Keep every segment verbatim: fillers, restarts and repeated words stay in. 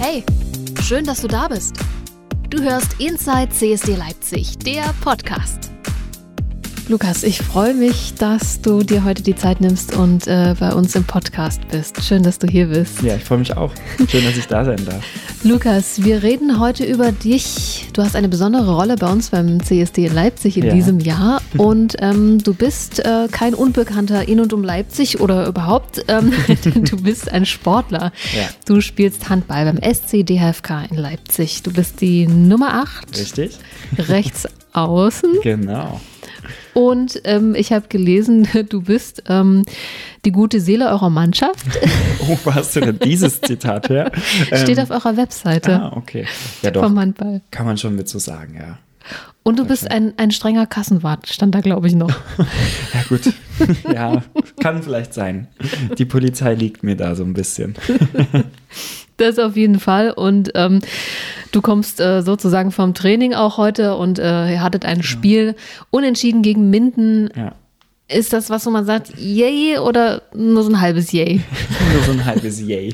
Hey, schön, dass du da bist. Du hörst Inside C S D Leipzig, der Podcast. Lukas, ich freue mich, dass du dir heute die Zeit nimmst und äh, bei uns im Podcast bist. Schön, dass du hier bist. Ja, ich freue mich auch. Schön, dass ich da sein darf. Lukas, wir reden heute über dich. Du hast eine besondere Rolle bei uns beim C S D in Leipzig in ja. diesem Jahr. Und ähm, du bist äh, kein Unbekannter in und um Leipzig oder überhaupt. Ähm, du bist ein Sportler. Ja. Du spielst Handball beim S C D H F K in Leipzig. Du bist die Nummer acht. Richtig. Rechts außen. Genau. Und ähm, ich habe gelesen, du bist ähm, die gute Seele eurer Mannschaft. Oh, wo hast du denn dieses Zitat her? Steht ähm, auf eurer Webseite. Ah, okay. Ja, doch. Vom Handball. Kann man schon mit so sagen, ja. Und du bist ein, ein strenger Kassenwart, stand da, glaube ich, noch. Ja, gut. Ja, kann vielleicht sein. Die Polizei liegt mir da so ein bisschen. Das auf jeden Fall. Und ähm, du kommst äh, sozusagen vom Training auch heute und äh, ihr hattet ein Spiel unentschieden gegen Minden. Ja. Ist das was, wo man sagt, yay oder nur so ein halbes Yay? Nur so ein halbes Yay.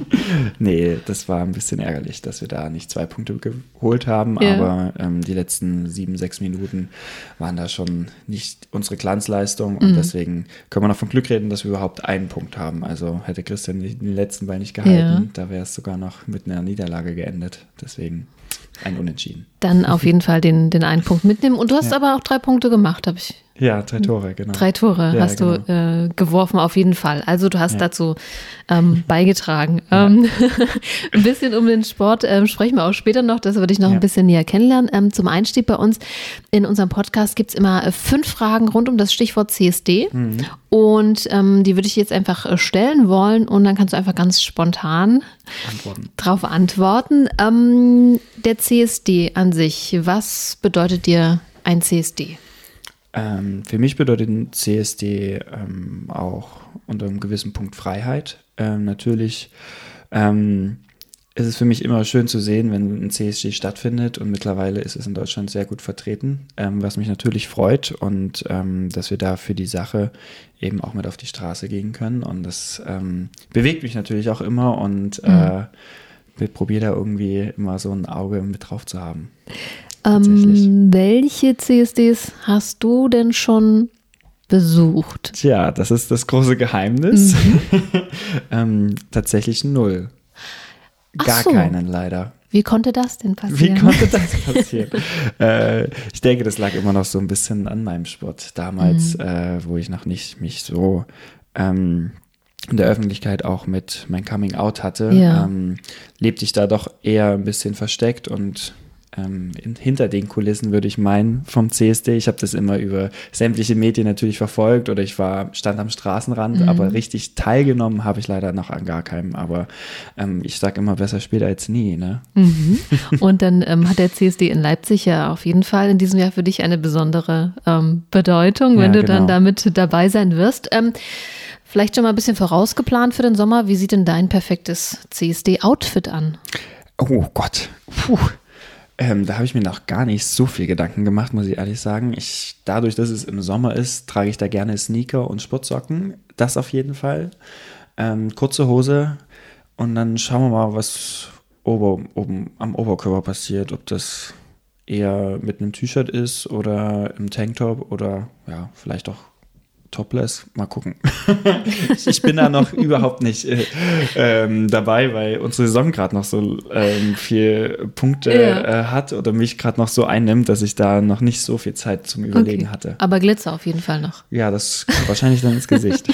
Nee, das war ein bisschen ärgerlich, dass wir da nicht zwei Punkte geholt haben, ja. aber ähm, die letzten sieben, sechs Minuten waren da schon nicht unsere Glanzleistung und mhm. deswegen können wir noch von Glück reden, dass wir überhaupt einen Punkt haben. Also hätte Christian den letzten Ball nicht gehalten, ja. da wäre es sogar noch mit einer Niederlage geendet. Deswegen ein Unentschieden. Dann auf jeden Fall den, den einen Punkt mitnehmen. Und du hast ja. aber auch drei Punkte gemacht, habe ich. Ja, drei Tore, genau. Drei Tore ja, hast genau. du äh, geworfen, auf jeden Fall. Also du hast ja. dazu ähm, beigetragen. Ja. Ähm, ein bisschen um den Sport ähm, sprechen wir auch später noch, das würde ich noch ja. ein bisschen näher kennenlernen. Ähm, zum Einstieg bei uns in unserem Podcast gibt es immer äh, fünf Fragen rund um das Stichwort C S D. Mhm. Und ähm, die würde ich jetzt einfach äh, stellen wollen und dann kannst du einfach ganz spontan antworten. drauf antworten. Ähm, der C S D an sich, was bedeutet dir ein C S D? Ähm, für mich bedeutet ein C S D ähm, auch unter einem gewissen Punkt Freiheit. Ähm, natürlich ähm, ist es für mich immer schön zu sehen, wenn ein C S D stattfindet und mittlerweile ist es in Deutschland sehr gut vertreten, ähm, was mich natürlich freut und ähm, dass wir da für die Sache eben auch mit auf die Straße gehen können und das ähm, bewegt mich natürlich auch immer und mhm. äh, wir probieren da irgendwie immer so ein Auge mit drauf zu haben. Ähm, welche C S Ds hast du denn schon besucht? Tja, das ist das große Geheimnis. Mhm. ähm, tatsächlich null. Gar Ach so. keinen leider. Wie konnte das denn passieren? Wie konnte das passieren? äh, ich denke, das lag immer noch so ein bisschen an meinem Sport damals, mhm. äh, wo ich noch nicht mich so ähm, in der Öffentlichkeit auch mit mein Coming Out hatte. Ja. Ähm, lebte ich da doch eher ein bisschen versteckt und Ähm, in, hinter den Kulissen, würde ich meinen, vom C S D. Ich habe das immer über sämtliche Medien natürlich verfolgt oder ich war stand am Straßenrand, mhm. aber richtig teilgenommen habe ich leider noch an gar keinem. Aber ähm, ich sage immer, besser später als nie. Ne? Mhm. Und dann ähm, hat der C S D in Leipzig ja auf jeden Fall in diesem Jahr für dich eine besondere ähm, Bedeutung, wenn ja, du genau. dann damit dabei sein wirst. Ähm, vielleicht schon mal ein bisschen vorausgeplant für den Sommer. Wie sieht denn dein perfektes C S D-Outfit an? Oh Gott, puh. Ähm, da habe ich mir noch gar nicht so viel Gedanken gemacht, muss ich ehrlich sagen. Ich, dadurch, dass es im Sommer ist, trage ich da gerne Sneaker und Sportsocken. Das auf jeden Fall. Ähm, kurze Hose und dann schauen wir mal, was ober, oben am Oberkörper passiert. Ob das eher mit einem T-Shirt ist oder im Tanktop oder ja, vielleicht auch topless. Mal gucken. Ich bin da noch überhaupt nicht äh, ähm, dabei, weil unsere Saison gerade noch so ähm, viel Punkte ja. äh, hat oder mich gerade noch so einnimmt, dass ich da noch nicht so viel Zeit zum Überlegen okay. hatte. Aber Glitzer auf jeden Fall noch. Ja, das kommt wahrscheinlich dann ins Gesicht.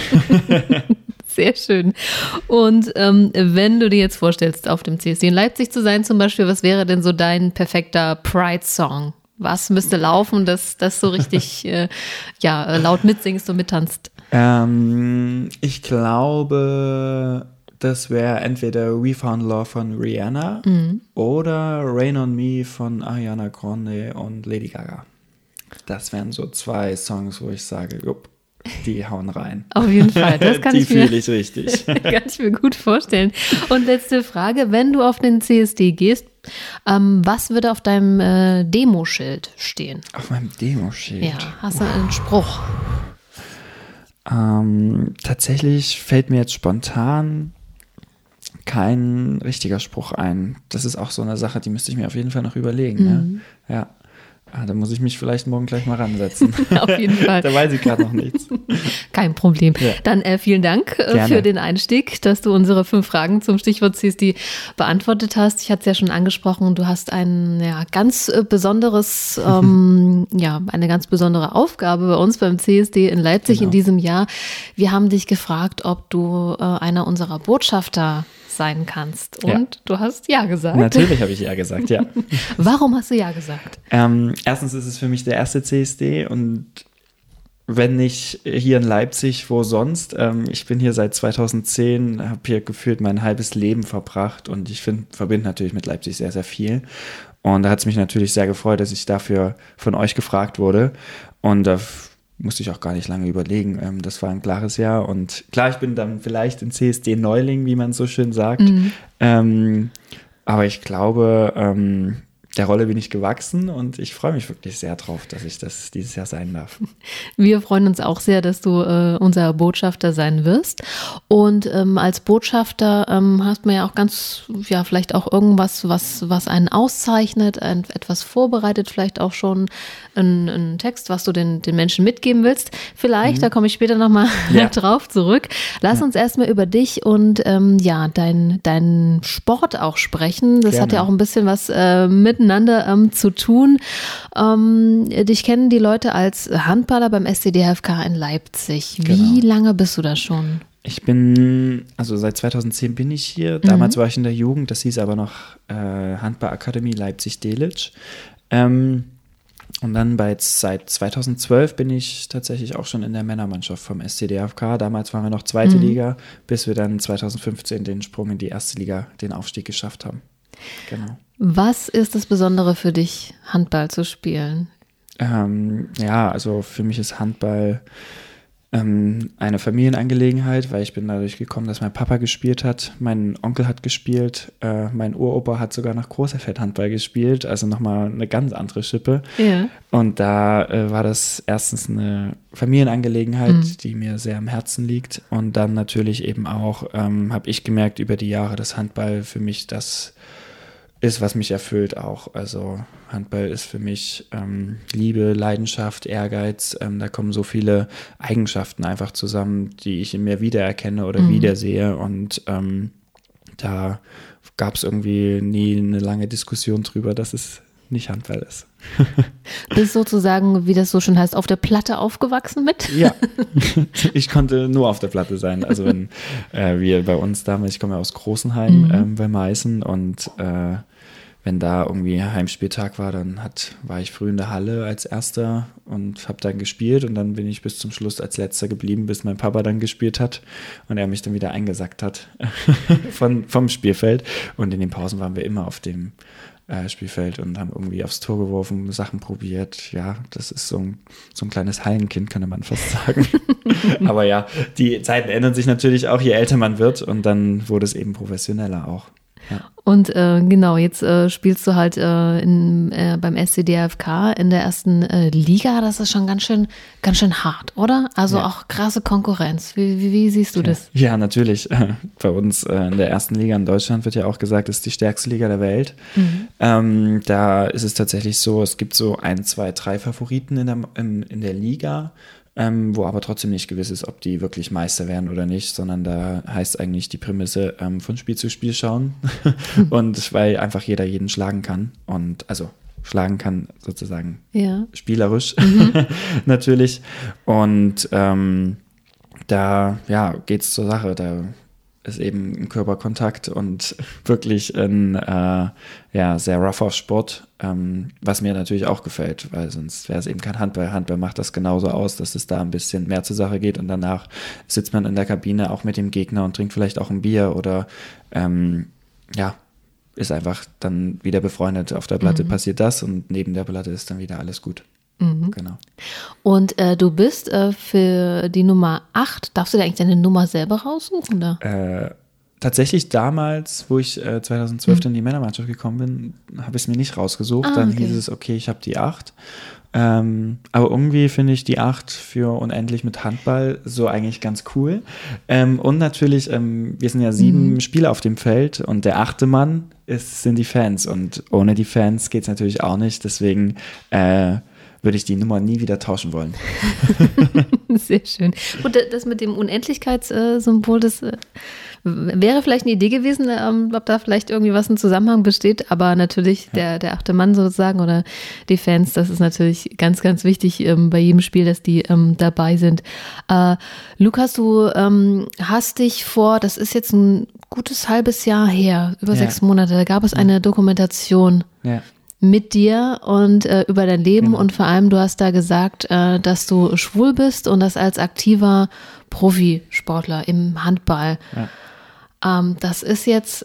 Sehr schön. Und ähm, wenn du dir jetzt vorstellst, auf dem C S D in Leipzig zu sein zum Beispiel, was wäre denn so dein perfekter Pride-Song? Was müsste laufen, dass das so richtig äh, ja, laut mitsingst und mittanzt? Ähm, ich glaube, das wäre entweder We Found Love von Rihanna mhm. oder Rain on Me von Ariana Grande und Lady Gaga. Das wären so zwei Songs, wo ich sage, jupp, die hauen rein. Auf jeden Fall, das kann die ich mir, fühle ich richtig. kann ich mir gut vorstellen. Und letzte Frage, wenn du auf den C S D gehst, ähm, was würde auf deinem äh, Demoschild stehen? Auf meinem Demoschild? Ja, hast du einen Spruch? Ähm, tatsächlich fällt mir jetzt spontan kein richtiger Spruch ein. Das ist auch so eine Sache, die müsste ich mir auf jeden Fall noch überlegen. Mhm. Ne? Ja. Ah, da muss ich mich vielleicht morgen gleich mal ransetzen. Auf jeden Fall. Da weiß ich gerade noch nichts. Kein Problem. Ja. Dann äh, vielen Dank äh, Gerne. für den Einstieg, dass du unsere fünf Fragen zum Stichwort C S D beantwortet hast. Ich hatte es ja schon angesprochen, du hast ein ja, ganz äh, besonderes, ähm, ja, eine ganz besondere Aufgabe bei uns beim C S D in Leipzig Genau. in diesem Jahr. Wir haben dich gefragt, ob du äh, einer unserer Botschafter sein kannst. Und Ja. du hast Ja gesagt. Natürlich habe ich ja gesagt, ja. Warum hast du Ja gesagt? Ähm, erstens ist es für mich der erste C S D und wenn nicht hier in Leipzig, wo sonst? Ähm, ich bin hier seit zweitausendzehn, habe hier gefühlt mein halbes Leben verbracht und ich find, verbinde natürlich mit Leipzig sehr, sehr viel. Und da hat es mich natürlich sehr gefreut, dass ich dafür von euch gefragt wurde. Und da f- musste ich auch gar nicht lange überlegen. Ähm, das war ein klares Ja. Und klar, ich bin dann vielleicht ein C S D-Neuling, wie man so schön sagt. Mhm. Ähm, aber ich glaube, ähm, der Rolle bin ich gewachsen und ich freue mich wirklich sehr drauf, dass ich das dieses Jahr sein darf. Wir freuen uns auch sehr, dass du äh, unser Botschafter sein wirst. Und ähm, als Botschafter ähm, hast man ja auch ganz, ja, vielleicht auch irgendwas, was, was einen auszeichnet, ein, etwas vorbereitet, vielleicht auch schon ein, ein Text, was du den, den Menschen mitgeben willst. Vielleicht, mhm. da komme ich später nochmal Ja. drauf zurück. Lass Ja. uns erstmal über dich und ähm, ja, dein, deinen Sport auch sprechen. Das Gerne. hat ja auch ein bisschen was äh, miteinander ähm, zu tun. Ähm, dich kennen die Leute als Handballer beim S C D F K in Leipzig. Wie Genau. lange bist du da schon? Ich bin, also seit zweitausendzehn bin ich hier. Damals mhm. war ich in der Jugend, das hieß aber noch äh, Handballakademie Leipzig-Delitzsch. Ähm, und dann bei, seit zweitausendzwölf bin ich tatsächlich auch schon in der Männermannschaft vom S C D F K. Damals waren wir noch zweite Mhm. Liga, bis wir dann zweitausendfünfzehn den Sprung in die erste Liga, den Aufstieg geschafft haben. Genau. Was ist das Besondere für dich, Handball zu spielen? Ähm, ja, also für mich ist Handball ähm, eine Familienangelegenheit, weil ich bin dadurch gekommen, dass mein Papa gespielt hat, mein Onkel hat gespielt, äh, mein Uropa hat sogar noch Großerfeld Handball gespielt, also nochmal eine ganz andere Schippe. Ja. Und da äh, war das erstens eine Familienangelegenheit, Mhm. die mir sehr am Herzen liegt. Und dann natürlich eben auch, ähm, habe ich gemerkt über die Jahre, dass Handball für mich das ist, was mich erfüllt auch. Also Handball ist für mich ähm, Liebe, Leidenschaft, Ehrgeiz. Ähm, da kommen so viele Eigenschaften einfach zusammen, die ich in mir wiedererkenne oder Mhm. wiedersehe. Und ähm, da gab es irgendwie nie eine lange Diskussion drüber, dass es nicht Handball ist. Bist sozusagen, wie das so schön heißt, auf der Platte aufgewachsen mit? Ja, ich konnte nur auf der Platte sein. Also wenn äh, wir bei uns damals, ich komme ja aus Großenhain Mhm. ähm, bei Meißen und äh, wenn da irgendwie Heimspieltag war, dann hat, war ich früh in der Halle als Erster und habe dann gespielt und dann bin ich bis zum Schluss als Letzter geblieben, bis mein Papa dann gespielt hat und er mich dann wieder eingesackt hat von, vom Spielfeld. Und in den Pausen waren wir immer auf dem äh, Spielfeld und haben irgendwie aufs Tor geworfen, Sachen probiert. Ja, das ist so ein, so ein kleines Hallenkind, könnte man fast sagen. Aber ja, die Zeiten ändern sich natürlich auch, je älter man wird und dann wurde es eben professioneller auch. Ja. Und äh, genau, jetzt äh, spielst du halt äh, in, äh, beim S C D F K in der ersten äh, Liga. Das ist schon ganz schön, ganz schön hart, oder? Also Ja. auch krasse Konkurrenz. Wie, wie, wie siehst du das? Ja, natürlich. Bei uns äh, in der ersten Liga in Deutschland wird ja auch gesagt, es ist die stärkste Liga der Welt. Mhm. Ähm, da ist es tatsächlich so, es gibt so ein, zwei, drei Favoriten in der, in, in der Liga. Ähm, wo aber trotzdem nicht gewiss ist, ob die wirklich Meister werden oder nicht, sondern da heißt eigentlich die Prämisse ähm, von Spiel zu Spiel schauen und weil einfach jeder jeden schlagen kann und also schlagen kann sozusagen Ja. spielerisch natürlich und ähm, da ja geht's zur Sache, da ist eben ein Körperkontakt und wirklich ein äh, ja, sehr rougher Sport, ähm, was mir natürlich auch gefällt, weil sonst wäre es eben kein Handball. Handball macht das genauso aus, dass es da ein bisschen mehr zur Sache geht und danach sitzt man in der Kabine auch mit dem Gegner und trinkt vielleicht auch ein Bier oder ähm, ja, ist einfach dann wieder befreundet. Auf der Platte Mhm. passiert das und neben der Platte ist dann wieder alles gut. Mhm. Genau. Und äh, du bist äh, für die Nummer acht, darfst du dir eigentlich deine Nummer selber raussuchen? Oder? Äh, tatsächlich damals, wo ich äh, zweitausendzwölf Mhm. in die Männermannschaft gekommen bin, habe ich es mir nicht rausgesucht. Ah, Dann okay. hieß es, okay, ich habe die acht. Ähm, aber irgendwie finde ich die acht für unendlich mit Handball so eigentlich ganz cool. Ähm, und natürlich, ähm, wir sind ja sieben Mhm. Spieler auf dem Feld und der achte Mann ist, sind die Fans. Und ohne die Fans geht es natürlich auch nicht. Deswegen äh, würde ich die Nummer nie wieder tauschen wollen. Sehr schön. Und das mit dem Unendlichkeitssymbol, das äh, wäre vielleicht eine Idee gewesen, ähm, ob da vielleicht irgendwie was im Zusammenhang besteht, aber natürlich der, der achte Mann sozusagen oder die Fans, das ist natürlich ganz, ganz wichtig ähm, bei jedem Spiel, dass die ähm, dabei sind. Äh, Lukas, du ähm, hast dich vor, das ist jetzt ein gutes halbes Jahr her, über Ja. sechs Monate, da gab es eine Dokumentation Ja. mit dir und äh, über dein Leben Genau. und vor allem, du hast da gesagt, äh, dass du schwul bist und das als aktiver Profisportler im Handball. Ja. Ähm, das ist jetzt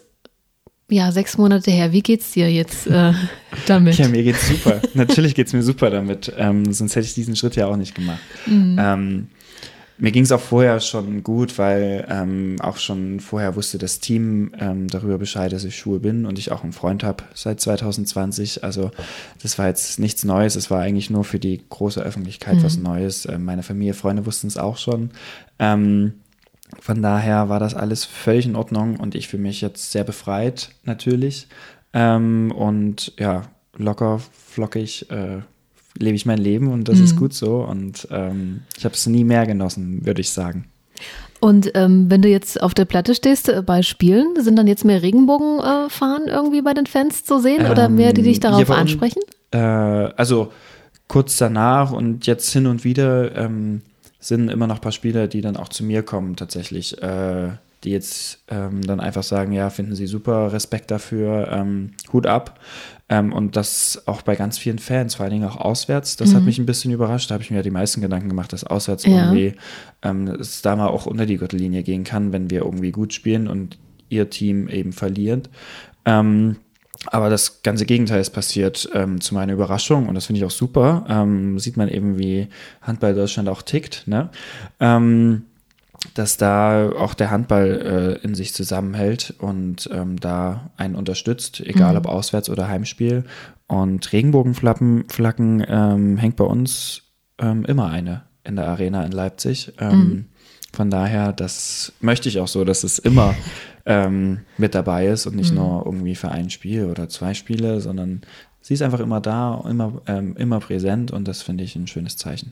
ja sechs Monate her. Wie geht's dir jetzt äh, damit? Ja, mir geht's super. Natürlich geht's mir super damit. Ähm, sonst hätte ich diesen Schritt ja auch nicht gemacht. Mhm. Ähm, mir ging es auch vorher schon gut, weil ähm, auch schon vorher wusste das Team ähm, darüber Bescheid, dass ich schwul bin und ich auch einen Freund habe seit zwanzig zwanzig. Also das war jetzt nichts Neues. Es war eigentlich nur für die große Öffentlichkeit Mhm. was Neues. Ähm, meine Familie, Freunde wussten es auch schon. Ähm, Von daher war das alles völlig in Ordnung und ich fühle mich jetzt sehr befreit, natürlich. Ähm, und ja, locker, flockig äh, lebe ich mein Leben und das Mhm. ist gut so. Und ähm, ich habe es nie mehr genossen, würde ich sagen. Und ähm, wenn du jetzt auf der Platte stehst äh, bei Spielen, sind dann jetzt mehr Regenbogenfahnen äh, irgendwie bei den Fans zu sehen oder mehr, die dich Ähm, darauf ja, bei uns- ansprechen? Äh, also kurz danach und jetzt hin und wieder ähm, sind immer noch ein paar Spieler, die dann auch zu mir kommen tatsächlich, äh, die jetzt ähm, dann einfach sagen, ja, finden sie super, Respekt dafür, ähm, Hut ab. Ähm, und das auch bei ganz vielen Fans, vor allen Dingen auch auswärts, das hat mich ein bisschen überrascht. Da habe ich mir ja die meisten Gedanken gemacht, dass auswärts Ja. irgendwie ähm, es da mal auch unter die Gürtellinie gehen kann, wenn wir irgendwie gut spielen und ihr Team eben verliert. Ähm, aber das ganze Gegenteil ist passiert, ähm, zu meiner Überraschung, und das finde ich auch super. Ähm, sieht man eben, wie Handball Deutschland auch tickt, ne? Ähm, dass da auch der Handball äh, in sich zusammenhält und ähm, da einen unterstützt, egal Mhm. ob Auswärts- oder Heimspiel. Und Regenbogenflaggen Flaggen, ähm, hängt bei uns ähm, immer eine in der Arena in Leipzig. Ähm, Mhm. Von daher, das möchte ich auch so, dass es immer ähm, mit dabei ist und nicht Mhm. nur irgendwie für ein Spiel oder zwei Spiele, sondern sie ist einfach immer da, immer, ähm, immer präsent, und das finde ich ein schönes Zeichen.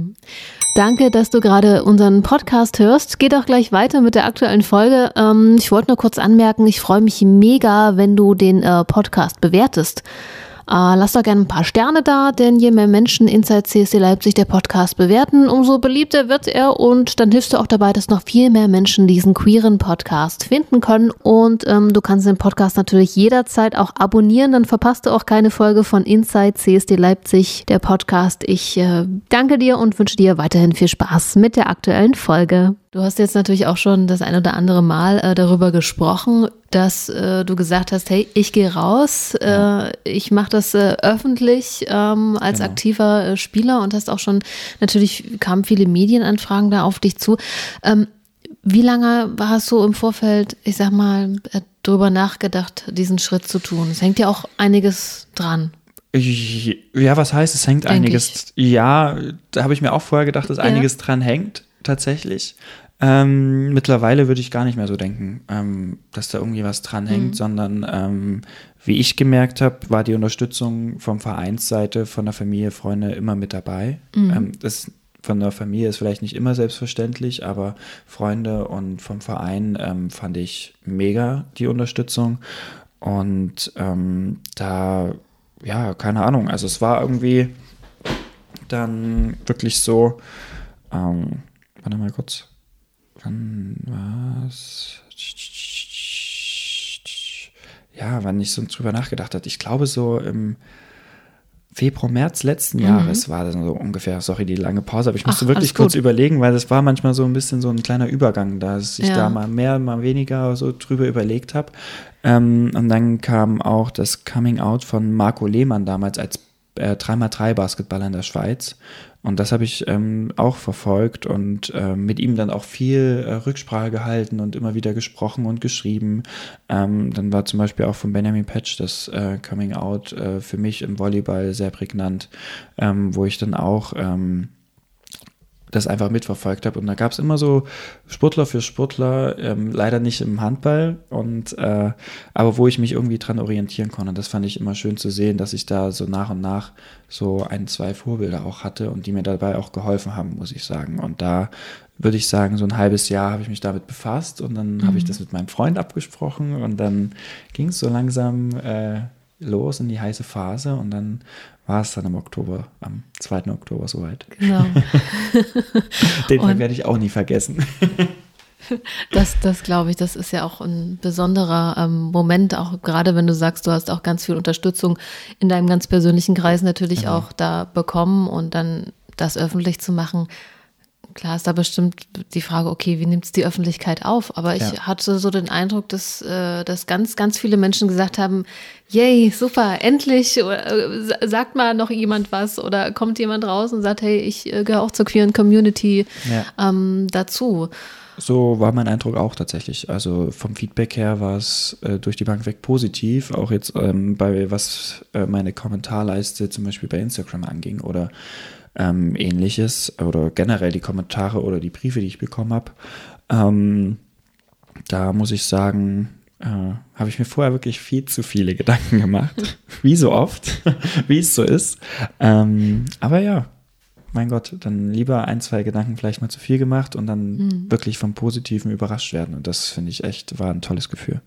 Danke, dass du gerade unseren Podcast hörst. Geht auch gleich weiter mit der aktuellen Folge. Ähm, ich wollte nur kurz anmerken, ich freue mich mega, wenn du den äh, Podcast bewertest. Äh, lass doch gerne ein paar Sterne da, denn je mehr Menschen Inside C S D Leipzig der Podcast bewerten, umso beliebter wird er, und dann hilfst du auch dabei, dass noch viel mehr Menschen diesen queeren Podcast finden können. Und ähm, du kannst den Podcast natürlich jederzeit auch abonnieren, dann verpasst du auch keine Folge von Inside C S D Leipzig, der Podcast. Ich äh, danke dir und wünsche dir weiterhin viel Spaß mit der aktuellen Folge. Du hast jetzt natürlich auch schon das ein oder andere Mal äh, darüber gesprochen, dass äh, du gesagt hast, hey, ich gehe raus, Ja. äh, ich mache das äh, öffentlich ähm, als Genau. aktiver äh, Spieler, und hast auch schon, natürlich kamen viele Medienanfragen da auf dich zu. Ähm, wie lange hast du im Vorfeld, ich sag mal, äh, drüber nachgedacht, diesen Schritt zu tun? Es hängt ja auch einiges dran. Ja, was heißt, es hängt Denk einiges. Ja, da habe ich mir auch vorher gedacht, dass Ja. einiges dran hängt, tatsächlich. Ähm, mittlerweile würde ich gar nicht mehr so denken, ähm, dass da irgendwie was dran hängt, Mhm. sondern ähm, wie ich gemerkt habe, war die Unterstützung vom Vereinsseite, von der Familie, Freunde immer mit dabei. Mhm. Ähm, das von der Familie ist vielleicht nicht immer selbstverständlich, aber Freunde und vom Verein ähm, fand ich mega die Unterstützung. Und ähm, da, ja, keine Ahnung, also es war irgendwie dann wirklich so, ähm, warte mal kurz, wann war's? Ja, wann ich so drüber nachgedacht habe. Ich glaube so im Februar, März letzten Jahres war das so ungefähr, sorry, die lange Pause, aber ich musste Ach, wirklich alles kurz gut. überlegen, weil das war manchmal so ein bisschen so ein kleiner Übergang, dass ich Ja. da mal mehr, mal weniger so drüber überlegt habe. Ähm, und dann kam auch das Coming Out von Marco Lehmann damals als äh, drei mal drei Basketballer in der Schweiz. Und das habe ich ähm, auch verfolgt und äh, mit ihm dann auch viel äh, Rücksprache gehalten und immer wieder gesprochen und geschrieben. Ähm, dann war zum Beispiel auch von Benjamin Petsch das äh, Coming Out äh, für mich im Volleyball sehr prägnant, ähm, wo ich dann auch ähm, das einfach mitverfolgt habe. Und da gab es immer so Sportler für Sportler, ähm, leider nicht im Handball, und äh, aber wo ich mich irgendwie dran orientieren konnte. Das fand ich immer schön zu sehen, dass ich da so nach und nach so ein, zwei Vorbilder auch hatte und die mir dabei auch geholfen haben, muss ich sagen. Und da würde ich sagen, so ein halbes Jahr habe ich mich damit befasst und dann mhm. habe ich das mit meinem Freund abgesprochen und dann ging es so langsam äh, los in die heiße Phase und dann war es dann im Oktober, am zweiten Oktober soweit. Genau. Den Tag werde ich auch nie vergessen. Das, das glaube ich, das ist ja auch ein besonderer ähm, Moment, auch gerade wenn du sagst, du hast auch ganz viel Unterstützung in deinem ganz persönlichen Kreis natürlich genau. auch da bekommen und dann das öffentlich zu machen. Klar ist da bestimmt die Frage, okay, wie nimmt es die Öffentlichkeit auf? Aber ich ja. hatte so den Eindruck, dass, äh, dass ganz, ganz viele Menschen gesagt haben, yay, super, endlich, oder, äh, sagt mal noch jemand was oder kommt jemand raus und sagt, hey, ich äh, gehöre auch zur queeren Community ja. ähm, dazu. So war mein Eindruck auch tatsächlich. Also vom Feedback her war es äh, durch die Bank weg positiv, auch jetzt ähm, bei was äh, meine Kommentarleiste zum Beispiel bei Instagram anging oder Ähm, ähnliches oder generell die Kommentare oder die Briefe, die ich bekommen habe. Ähm, da muss ich sagen, äh, habe ich mir vorher wirklich viel zu viele Gedanken gemacht, wie so oft, wie es so ist. Ähm, aber ja, mein Gott, dann lieber ein, zwei Gedanken vielleicht mal zu viel gemacht und dann mhm. wirklich vom Positiven überrascht werden. Und das finde ich echt, war ein tolles Gefühl.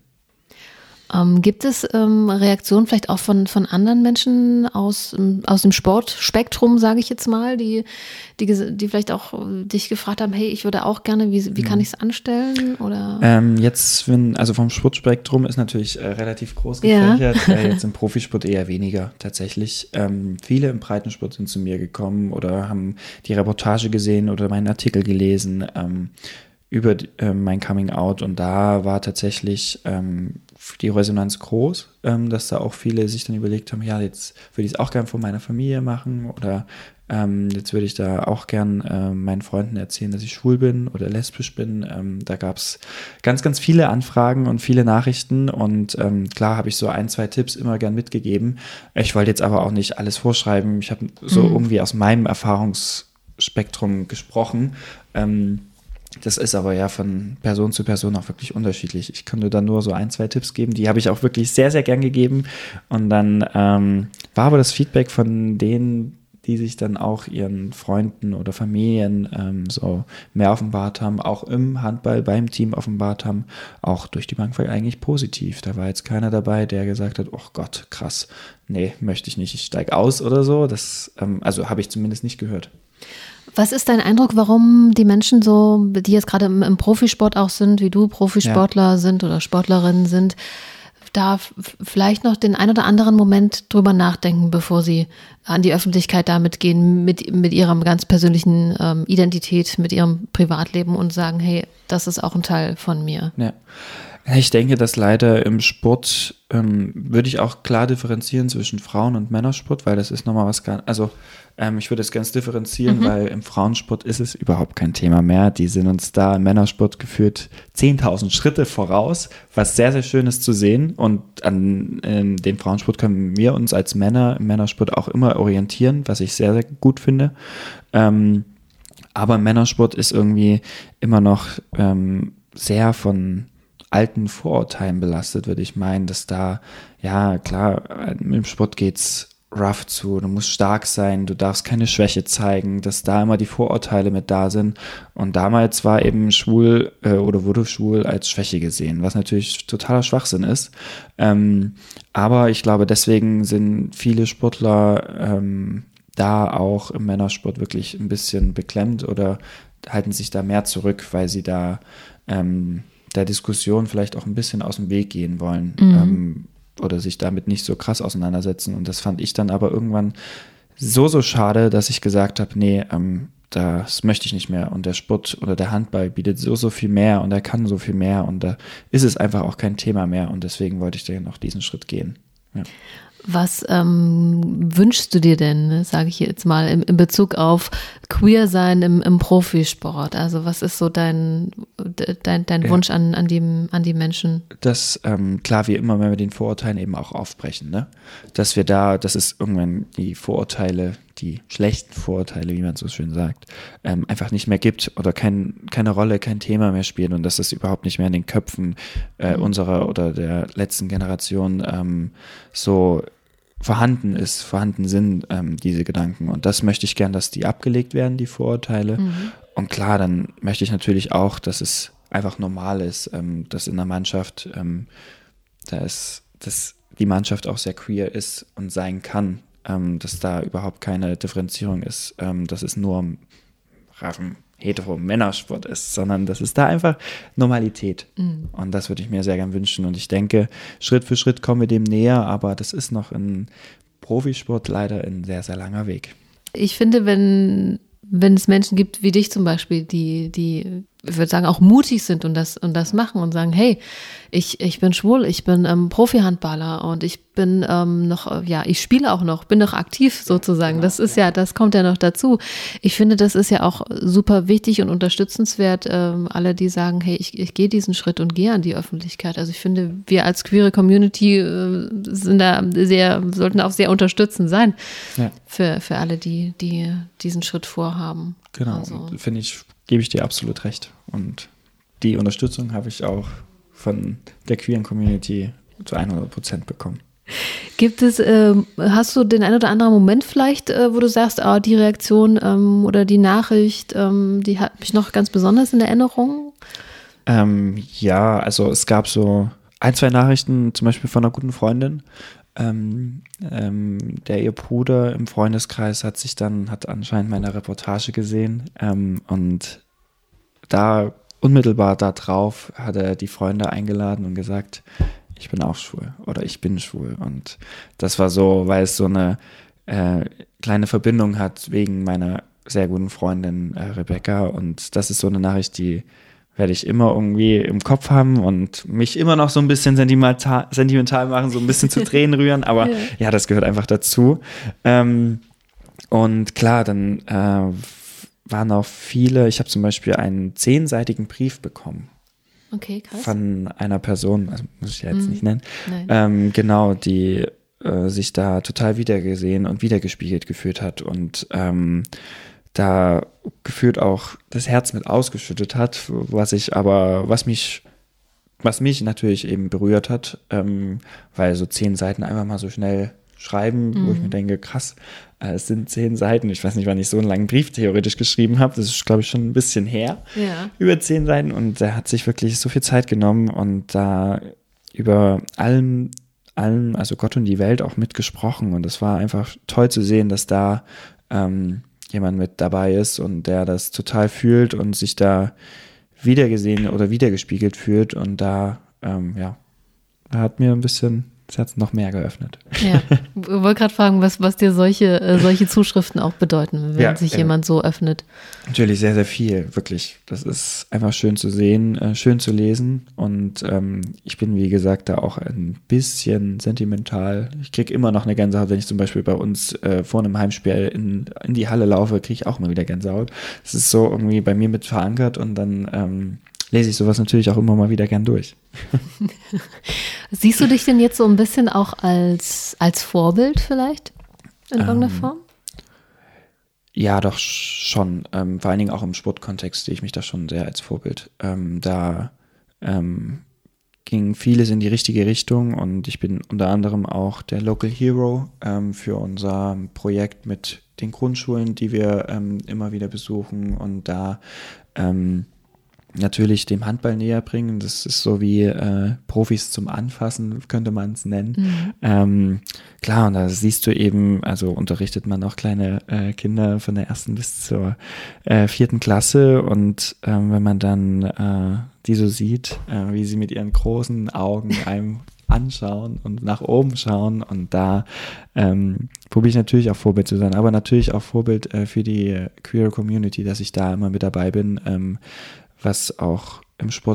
Ähm, gibt es ähm, Reaktionen vielleicht auch von, von anderen Menschen aus, aus dem Sportspektrum, sage ich jetzt mal, die, die, die vielleicht auch dich gefragt haben, hey, ich würde auch gerne, wie, wie kann ich es anstellen? Oder? Ähm, jetzt, wenn, also vom Sportspektrum ist natürlich äh, relativ groß gefächert, ja. äh, jetzt im Profisport eher weniger tatsächlich. Ähm, viele im Breitensport sind zu mir gekommen oder haben die Reportage gesehen oder meinen Artikel gelesen ähm, über äh, mein Coming Out und da war tatsächlich ähm, die Resonanz groß, ähm, dass da auch viele sich dann überlegt haben, ja, jetzt würde ich es auch gern von meiner Familie machen oder ähm, jetzt würde ich da auch gern äh, meinen Freunden erzählen, dass ich schwul bin oder lesbisch bin. Ähm, da gab es ganz, ganz viele Anfragen und viele Nachrichten und ähm, klar habe ich so ein, zwei Tipps immer gern mitgegeben. Ich wollte jetzt aber auch nicht alles vorschreiben. Ich habe so mhm. irgendwie aus meinem Erfahrungsspektrum gesprochen. Ähm, Das ist aber ja von Person zu Person auch wirklich unterschiedlich. Ich könnte da nur so ein, zwei Tipps geben. Die habe ich auch wirklich sehr, sehr gern gegeben. Und dann ähm, war aber das Feedback von denen, die sich dann auch ihren Freunden oder Familien ähm, so mehr offenbart haben, auch im Handball beim Team offenbart haben, auch durch die Bank eigentlich positiv. Da war jetzt keiner dabei, der gesagt hat, oh Gott, krass, nee, möchte ich nicht, ich steige aus oder so. Das, ähm, also habe ich zumindest nicht gehört. Was ist dein Eindruck, warum die Menschen so, die jetzt gerade im, im Profisport auch sind, wie du Profisportler ja. sind oder Sportlerinnen sind, da f- vielleicht noch den ein oder anderen Moment drüber nachdenken, bevor sie an die Öffentlichkeit damit gehen, mit, mit ihrer ganz persönlichen ähm, Identität, mit ihrem Privatleben und sagen, hey, das ist auch ein Teil von mir. Ja. Ich denke, dass leider im Sport ähm, würde ich auch klar differenzieren zwischen Frauen- und Männersport, weil das ist nochmal was ganz, also ähm, ich würde es ganz differenzieren, mhm. weil im Frauensport ist es überhaupt kein Thema mehr. Die sind uns da im Männersport geführt zehntausend Schritte voraus, was sehr, sehr schön ist zu sehen und an ähm, dem Frauensport können wir uns als Männer im Männersport auch immer orientieren, was ich sehr, sehr gut finde. Ähm, aber im Männersport ist irgendwie immer noch ähm, sehr von alten Vorurteilen belastet, würde ich meinen, dass da, ja klar, im Sport geht's rough zu, du musst stark sein, du darfst keine Schwäche zeigen, dass da immer die Vorurteile mit da sind und damals war eben schwul äh, oder wurde schwul als Schwäche gesehen, was natürlich totaler Schwachsinn ist, ähm, aber ich glaube, deswegen sind viele Sportler ähm, da auch im Männersport wirklich ein bisschen beklemmt oder halten sich da mehr zurück, weil sie da ähm, der Diskussion vielleicht auch ein bisschen aus dem Weg gehen wollen mhm. ähm, oder sich damit nicht so krass auseinandersetzen. Und das fand ich dann aber irgendwann so, so schade, dass ich gesagt habe, nee, ähm, das möchte ich nicht mehr. Und der Sport oder der Handball bietet so, so viel mehr und er kann so viel mehr und da ist es einfach auch kein Thema mehr. Und deswegen wollte ich dann noch diesen Schritt gehen. Ja. Was ähm, wünschst du dir denn, sage ich jetzt mal, in, in Bezug auf queer sein im, im Profisport? Also was ist so dein, dein, dein ja. Wunsch an, an, die, an die Menschen? Das, ähm, klar, wie immer, wenn wir den Vorurteilen eben auch aufbrechen, ne? Dass wir da, dass es irgendwann die Vorurteile, die schlechten Vorurteile, wie man so schön sagt, ähm, einfach nicht mehr gibt oder kein, keine Rolle, kein Thema mehr spielen und dass das überhaupt nicht mehr in den Köpfen äh, mhm. unserer oder der letzten Generation ähm, so vorhanden ist, vorhanden sind, ähm, diese Gedanken. Und das möchte ich gern, dass die abgelegt werden, die Vorurteile. Mhm. Und klar, dann möchte ich natürlich auch, dass es einfach normal ist, ähm, dass in der Mannschaft, ähm, da ist, dass die Mannschaft auch sehr queer ist und sein kann, ähm, dass da überhaupt keine Differenzierung ist, ähm, dass es nur ein hetero-Männersport ist, sondern das ist da einfach Normalität. Mhm. Und das würde ich mir sehr gern wünschen. Und ich denke, Schritt für Schritt kommen wir dem näher, aber das ist noch im Profisport leider ein sehr, sehr langer Weg. Ich finde, wenn, wenn es Menschen gibt wie dich zum Beispiel, die, die, ich würde sagen, auch mutig sind und das, und das machen und sagen, hey, ich, ich bin schwul, ich bin ähm, Profi-Handballer und ich bin ähm, noch, ja, ich spiele auch noch, bin noch aktiv sozusagen. Das ist ja, das kommt ja noch dazu. Ich finde, das ist ja auch super wichtig und unterstützenswert, ähm, alle, die sagen, hey, ich, ich gehe diesen Schritt und gehe an die Öffentlichkeit. Also ich finde, wir als queere Community äh, sind da sehr, sollten auch sehr unterstützend sein ja. für, für alle, die, die diesen Schritt vorhaben. Genau, also. Finde ich, gebe ich dir absolut recht. Und die Unterstützung habe ich auch von der queeren Community zu hundert Prozent bekommen. Gibt es, äh, hast du den ein oder anderen Moment vielleicht, äh, wo du sagst, ah, die Reaktion ähm, oder die Nachricht, ähm, die hat mich noch ganz besonders in Erinnerung? Ähm, ja, also es gab so ein, zwei Nachrichten, zum Beispiel von einer guten Freundin. Ähm, ähm, der ihr Bruder im Freundeskreis hat sich dann, hat anscheinend meine Reportage gesehen ähm, und da unmittelbar da drauf hat er die Freunde eingeladen und gesagt, ich bin auch schwul oder ich bin schwul. Und das war so, weil es so eine äh, kleine Verbindung hat wegen meiner sehr guten Freundin äh, Rebecca. Und das ist so eine Nachricht, die werde ich immer irgendwie im Kopf haben und mich immer noch so ein bisschen sentimental, sentimental machen, so ein bisschen zu Tränen rühren. Aber ja. ja, das gehört einfach dazu. Ähm, und klar, dann äh, waren auch viele, ich habe zum Beispiel einen zehnseitigen Brief bekommen. Okay, krass. Von einer Person, also muss ich ja jetzt mm. nicht nennen, ähm, genau, die äh, sich da total wiedergesehen und wiedergespiegelt gefühlt hat und ähm, da gefühlt auch das Herz mit ausgeschüttet hat, was ich aber, was mich, was mich natürlich eben berührt hat, ähm, weil so zehn Seiten einfach mal so schnell schreiben, mm. wo ich mir denke, krass, äh, es sind zehn Seiten. Ich weiß nicht, wann ich so einen langen Brief theoretisch geschrieben habe. Das ist, glaube ich, schon ein bisschen her. Ja. Über zehn Seiten. Und er hat sich wirklich so viel Zeit genommen und da über allem, allem, also Gott und die Welt auch mitgesprochen. Und es war einfach toll zu sehen, dass da ähm, jemand mit dabei ist und der das total fühlt und sich da wiedergesehen oder wiedergespiegelt fühlt. Und da, ähm, ja, er hat mir ein bisschen das Herz noch mehr geöffnet. Ja, ich wollte gerade fragen, was, was dir solche, äh, solche Zuschriften auch bedeuten, wenn ja, sich äh, jemand so öffnet. Natürlich sehr, sehr viel, wirklich. Das ist einfach schön zu sehen, äh, schön zu lesen und ähm, ich bin, wie gesagt, da auch ein bisschen sentimental. Ich kriege immer noch eine Gänsehaut, wenn ich zum Beispiel bei uns äh, vor einem Heimspiel in, in die Halle laufe, kriege ich auch immer wieder Gänsehaut. Es ist so irgendwie bei mir mit verankert und dann ähm, lese ich sowas natürlich auch immer mal wieder gern durch. Siehst du dich denn jetzt so ein bisschen auch als, als Vorbild vielleicht in irgendeiner ähm, Form? Ja, doch schon. Ähm, vor allen Dingen auch im Sportkontext sehe ich mich da schon sehr als Vorbild. Ähm, da ähm, ging vieles in die richtige Richtung und ich bin unter anderem auch der Local Hero ähm, für unser Projekt mit den Grundschulen, die wir ähm, immer wieder besuchen und da ähm, natürlich dem Handball näher bringen. Das ist so wie äh, Profis zum Anfassen, könnte man es nennen. Mhm. Ähm, klar, und da siehst du eben, also unterrichtet man auch kleine äh, Kinder von der ersten bis zur äh, vierten Klasse und ähm, wenn man dann äh, die so sieht, äh, wie sie mit ihren großen Augen einem anschauen und nach oben schauen und da ähm, probiere ich natürlich auch Vorbild zu sein, aber natürlich auch Vorbild äh, für die äh, queer Community, dass ich da immer mit dabei bin, ähm, was auch im Sport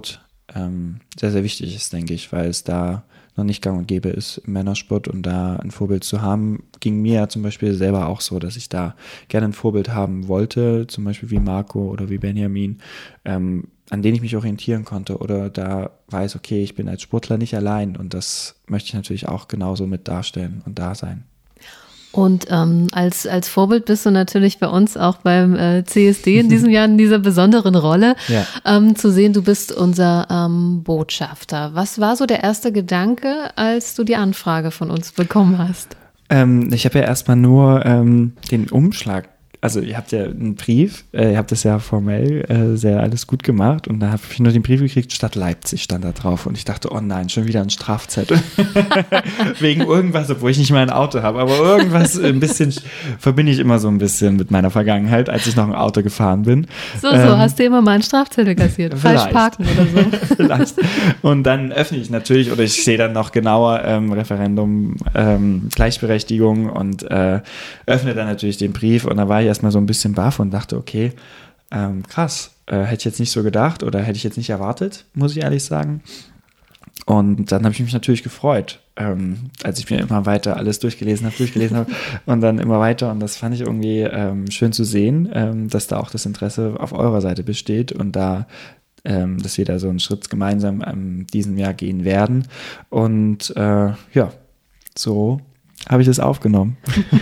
ähm, sehr, sehr wichtig ist, denke ich, weil es da noch nicht gang und gäbe ist im Männersport und da ein Vorbild zu haben, ging mir ja zum Beispiel selber auch so, dass ich da gerne ein Vorbild haben wollte, zum Beispiel wie Marco oder wie Benjamin, ähm, an denen ich mich orientieren konnte oder da weiß, okay, ich bin als Sportler nicht allein und das möchte ich natürlich auch genauso mit darstellen und da sein. Und ähm, als, als Vorbild bist du natürlich bei uns auch beim äh, C S D in diesem Jahr in dieser besonderen Rolle Ja. ähm, zu sehen. Du bist unser ähm, Botschafter. Was war so der erste Gedanke, als du die Anfrage von uns bekommen hast? Ähm, ich habe ja erstmal nur ähm, den Umschlag. Also ihr habt ja einen Brief, äh, ihr habt das ja formell äh, sehr alles gut gemacht und da habe ich nur den Brief gekriegt, Stadt Leipzig stand da drauf und ich dachte, oh nein, schon wieder ein Strafzettel. Wegen irgendwas, obwohl ich nicht mal ein Auto habe, aber irgendwas ein bisschen verbinde ich immer so ein bisschen mit meiner Vergangenheit, als ich noch ein Auto gefahren bin. So, so, ähm, hast du immer mal einen Strafzettel kassiert, falsch parken oder so. Vielleicht. Und dann öffne ich natürlich, oder ich sehe dann noch genauer ähm, Referendum, ähm, Gleichberechtigung und äh, öffne dann natürlich den Brief und da war ich erstmal so ein bisschen baff und dachte, okay, ähm, krass, äh, hätte ich jetzt nicht so gedacht oder hätte ich jetzt nicht erwartet, muss ich ehrlich sagen. Und dann habe ich mich natürlich gefreut, ähm, als ich mir immer weiter alles durchgelesen habe, durchgelesen habe und dann immer weiter und das fand ich irgendwie ähm, schön zu sehen, ähm, dass da auch das Interesse auf eurer Seite besteht und da ähm, dass wir da so einen Schritt gemeinsam in diesem Jahr gehen werden und äh, ja, so habe ich das aufgenommen.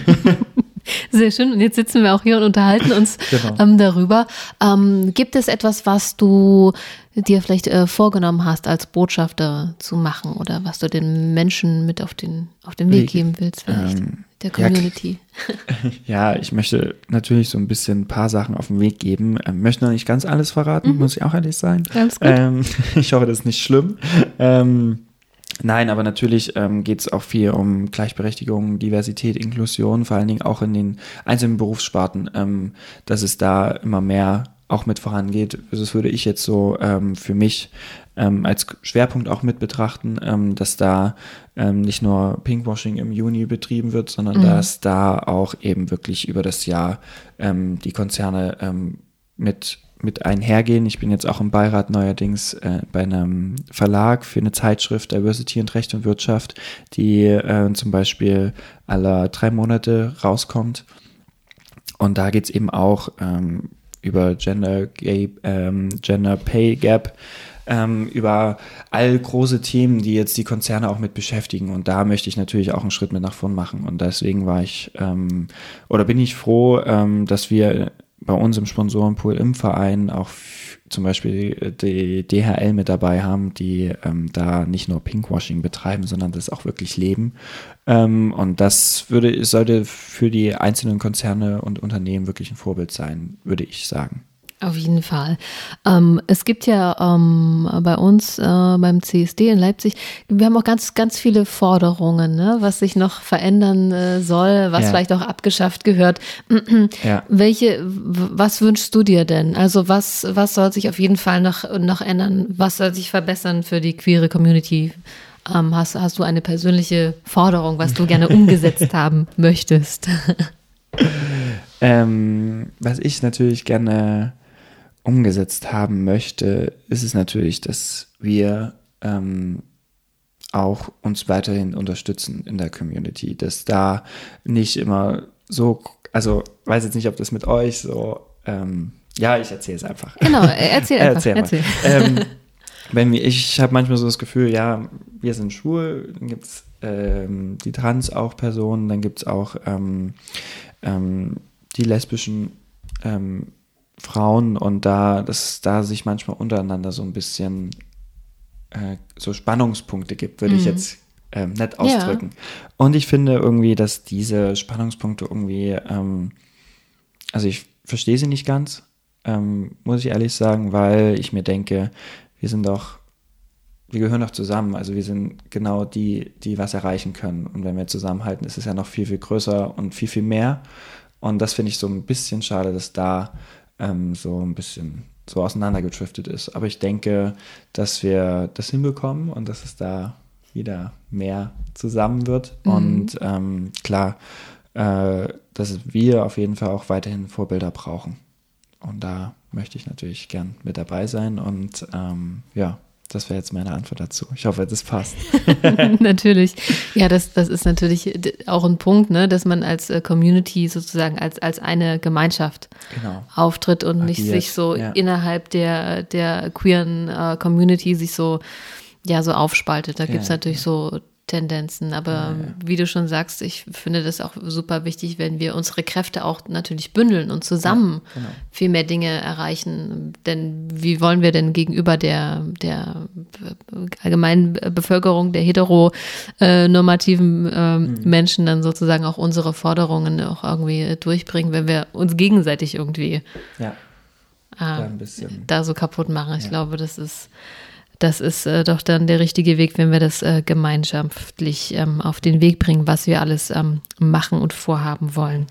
Sehr schön. Und jetzt sitzen wir auch hier und unterhalten uns genau. ähm, darüber. Ähm, gibt es etwas, was du dir vielleicht äh, vorgenommen hast, als Botschafter zu machen oder was du den Menschen mit auf den, auf den Weg geben willst, vielleicht, ähm, der Community? Ja, ja, ich möchte natürlich so ein bisschen ein paar Sachen auf den Weg geben. Ähm, möchte noch nicht ganz alles verraten, mhm. muss ich auch ehrlich sein. Ganz gut. Ähm, ich hoffe, das ist nicht schlimm. Ähm, Nein, aber natürlich ähm, geht es auch viel um Gleichberechtigung, Diversität, Inklusion, vor allen Dingen auch in den einzelnen Berufssparten, ähm, dass es da immer mehr auch mit vorangeht. Das würde ich jetzt so ähm, für mich ähm, als Schwerpunkt auch mit betrachten, ähm, dass da ähm, nicht nur Pinkwashing im Juni betrieben wird, sondern mhm. dass da auch eben wirklich über das Jahr ähm, die Konzerne ähm, mit mit einhergehen. Ich bin jetzt auch im Beirat neuerdings äh, bei einem Verlag für eine Zeitschrift Diversity und Recht und Wirtschaft, die äh, zum Beispiel alle drei Monate rauskommt. Und da geht es eben auch ähm, über Gender, Gap, ähm, Gender Pay Gap, ähm, über all große Themen, die jetzt die Konzerne auch mit beschäftigen. Und da möchte ich natürlich auch einen Schritt mit nach vorn machen. Und deswegen war ich ähm, oder bin ich froh, ähm, dass wir bei uns im Sponsorenpool im Verein auch f- zum Beispiel die D H L mit dabei haben, die ähm, da nicht nur Pinkwashing betreiben, sondern das auch wirklich leben. Ähm, und das würde, sollte für die einzelnen Konzerne und Unternehmen wirklich ein Vorbild sein, würde ich sagen. Auf jeden Fall. Ähm, es gibt ja ähm, bei uns äh, beim C S D in Leipzig, wir haben auch ganz, ganz viele Forderungen, ne, was sich noch verändern äh, soll, was ja. vielleicht auch abgeschafft gehört. ja. Welche, w- was wünschst du dir denn? Also was, was soll sich auf jeden Fall noch, noch ändern? Was soll sich verbessern für die queere Community? Ähm, hast, hast du eine persönliche Forderung, was du gerne umgesetzt haben möchtest? ähm, was ich natürlich gerne umgesetzt haben möchte, ist es natürlich, dass wir ähm, auch uns weiterhin unterstützen in der Community, dass da nicht immer so, also weiß jetzt nicht, ob das mit euch so, ähm, ja, ich erzähle es einfach. Genau, erzähl einfach. erzähl erzähl. Ähm, wenn wir, ich habe manchmal so das Gefühl, ja, wir sind schwul, dann gibt es ähm, die Trans auch Personen, dann gibt es auch ähm, ähm, die lesbischen ähm, Frauen und da, dass da sich manchmal untereinander so ein bisschen äh, so Spannungspunkte gibt, würde mhm. ich jetzt ähm, nett ausdrücken. Ja. Und ich finde irgendwie, dass diese Spannungspunkte irgendwie, ähm, also ich verstehe sie nicht ganz, ähm, muss ich ehrlich sagen, weil ich mir denke, wir sind doch, wir gehören doch zusammen, also wir sind genau die, die was erreichen können. Und wenn wir zusammenhalten, ist es ja noch viel, viel größer und viel, viel mehr. Und das finde ich so ein bisschen schade, dass da ähm, so ein bisschen so auseinandergedriftet ist. Aber ich denke, dass wir das hinbekommen und dass es da wieder mehr zusammen wird. Mhm. Und ähm, klar, äh, dass wir auf jeden Fall auch weiterhin Vorbilder brauchen. Und da möchte ich natürlich gern mit dabei sein und ähm, ja, Das wäre jetzt meine Antwort dazu. Ich hoffe, das passt. Natürlich. Ja, das, das ist natürlich auch ein Punkt, ne, dass man als Community sozusagen als, als eine Gemeinschaft genau. auftritt und Agiert. nicht sich so ja. innerhalb der, der queeren uh, Community sich so, ja, so aufspaltet. Da gibt es ja, natürlich ja. so Tendenzen, aber ja, ja. wie du schon sagst, ich finde das auch super wichtig, wenn wir unsere Kräfte auch natürlich bündeln und zusammen ja, genau. viel mehr Dinge erreichen, denn wie wollen wir denn gegenüber der, der allgemeinen Bevölkerung, der heteronormativen äh, mhm. Menschen dann sozusagen auch unsere Forderungen auch irgendwie durchbringen, wenn wir uns gegenseitig irgendwie ja. äh, da, ein bisschen. da so kaputt machen. Ich ja. glaube, das ist Das ist äh, doch dann der richtige Weg, wenn wir das äh, gemeinschaftlich ähm, auf den Weg bringen, was wir alles ähm, machen und vorhaben wollen.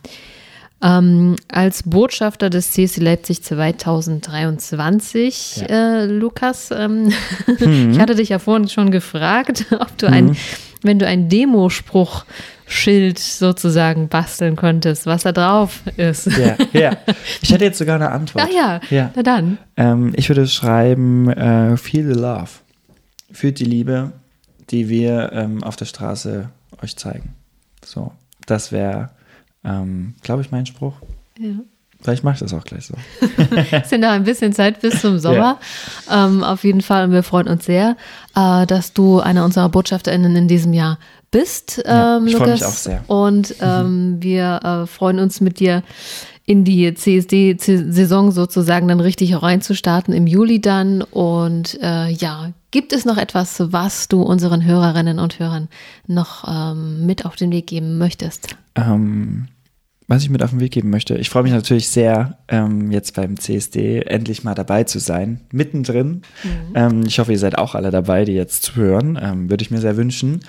Ähm, als Botschafter des C S D Leipzig zwanzig dreiundzwanzig, ja. äh, Lukas, ähm, mhm. ich hatte dich ja vorhin schon gefragt, ob du mhm. ein, wenn du ein Demospruchschild sozusagen basteln könntest, was da drauf ist. Ja, ja. Ich hätte jetzt sogar eine Antwort. Ach ja, ja. na dann. Ähm, ich würde schreiben, äh, feel the love. Fühlt die Liebe, die wir ähm, auf der Straße euch zeigen. So, das wäre, ähm, glaube ich, mein Spruch. Ja. Vielleicht mache ich das auch gleich so. Es sind noch ein bisschen Zeit bis zum Sommer. Ja. Ähm, auf jeden Fall. Und wir freuen uns sehr, äh, dass du einer unserer BotschafterInnen in diesem Jahr bist, ähm, ja, ich Lukas. freue mich auch sehr. Und ähm, mhm. wir äh, freuen uns mit dir in die C S D-Saison sozusagen dann richtig reinzustarten im Juli dann. Und äh, ja, gibt es noch etwas, was du unseren Hörerinnen und Hörern noch ähm, mit auf den Weg geben möchtest? Ähm... Was ich mit auf den Weg geben möchte, ich freue mich natürlich sehr, ähm, jetzt beim C S D endlich mal dabei zu sein, mittendrin. Mhm. Ähm, ich hoffe, ihr seid auch alle dabei, die jetzt zuhören, ähm, würde ich mir sehr wünschen.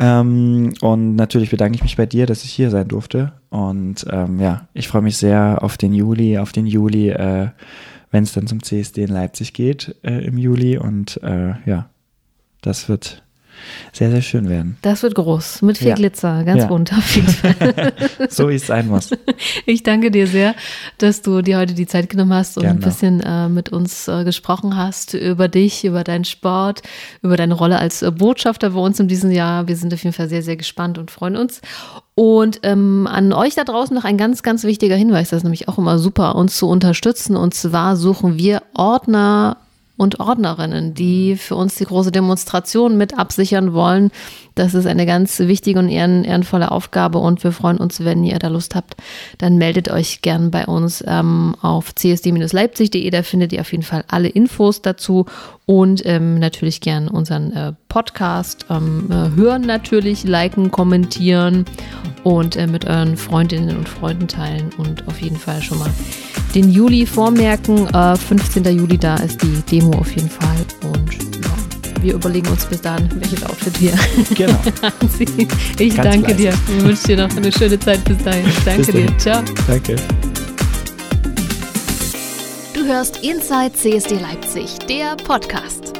Ähm, und natürlich bedanke ich mich bei dir, dass ich hier sein durfte. Und ähm, ja, ich freue mich sehr auf den Juli, auf den Juli, äh, wenn es dann zum C S D in Leipzig geht äh, im Juli. Und äh, ja, das wird sehr, sehr schön werden. Das wird groß, mit viel ja. Glitzer, ganz ja. bunt auf jeden Fall. So wie es sein muss. Ich danke dir sehr, dass du dir heute die Zeit genommen hast und Gerne. ein bisschen äh, mit uns äh, gesprochen hast über dich, über deinen Sport, über deine Rolle als äh, Botschafter bei uns in diesem Jahr. Wir sind auf jeden Fall sehr, sehr gespannt und freuen uns. Und ähm, an euch da draußen noch ein ganz, ganz wichtiger Hinweis, das ist nämlich auch immer super, uns zu unterstützen. Und zwar suchen wir Ordner und Ordnerinnen, die für uns die große Demonstration mit absichern wollen. Das ist eine ganz wichtige und ehren, ehrenvolle Aufgabe und wir freuen uns, wenn ihr da Lust habt, dann meldet euch gern bei uns ähm, auf c s d leipzig punkt d e, da findet ihr auf jeden Fall alle Infos dazu und ähm, natürlich gern unseren äh, Podcast ähm, äh, hören natürlich, liken, kommentieren und äh, mit euren Freundinnen und Freunden teilen und auf jeden Fall schon mal den Juli vormerken. Äh, fünfzehnten Juli, da ist die Demo auf jeden Fall und ja, wir überlegen uns bis dahin, welches Outfit wir genau. anziehen. Ich Ganz danke leise. dir. Ich wünsche dir noch eine schöne Zeit bis dahin. Danke bis dir. Ciao. Danke. Du hörst Inside C S D Leipzig, der Podcast.